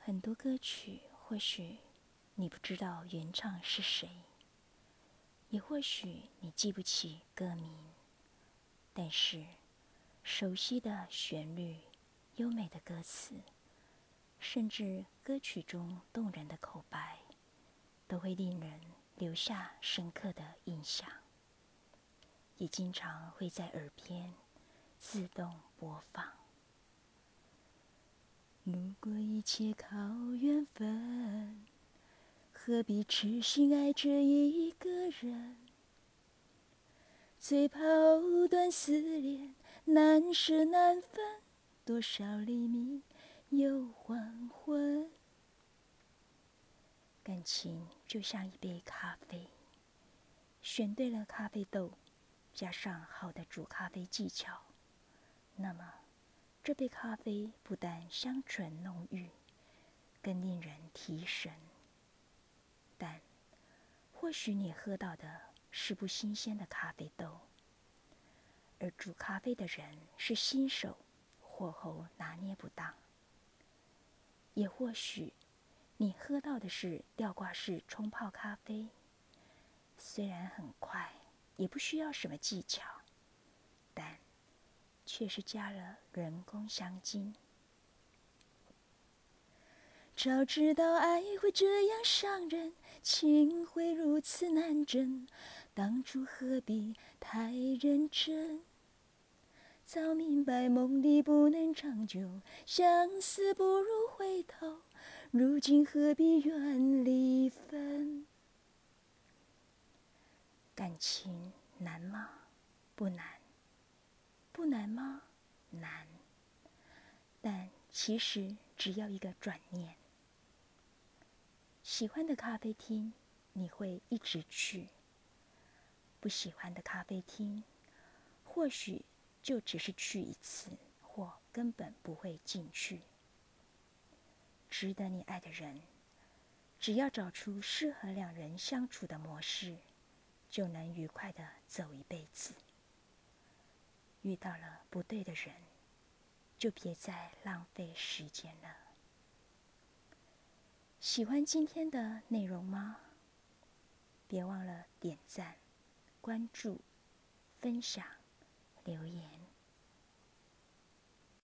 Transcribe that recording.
很多歌曲，或许你不知道原唱是谁，也或许你记不起歌名，但是熟悉的旋律、优美的歌词，甚至歌曲中动人的口白，都会令人留下深刻的印象，也经常会在耳边自动播放。如果一切靠缘分，何必痴心爱着一个人？最怕藕断丝连，难舍难分，多少黎明又黄昏。感情就像一杯咖啡，选对了咖啡豆，加上好的煮咖啡技巧，那么这杯咖啡不但香醇浓郁，更令人提神。但或许你喝到的是不新鲜的咖啡豆，而煮咖啡的人是新手，火候拿捏不当。也或许你喝到的是吊挂式冲泡咖啡，虽然很快，也不需要什么技巧，但却是加了人工香精。早知道爱会这样伤人，情会如此难枕，当初何必太认真？早明白梦里不能长久，相思不如回头，如今何必怨离分？感情难吗？不难。不难吗？难。但其实只要一个转念，喜欢的咖啡厅你会一直去，不喜欢的咖啡厅或许就只是去一次，或根本不会进去。值得你爱的人，只要找出适合两人相处的模式，就能愉快地走一辈子。遇到了不对的人，就别再浪费时间了。喜欢今天的内容吗？别忘了点赞、关注、分享、留言。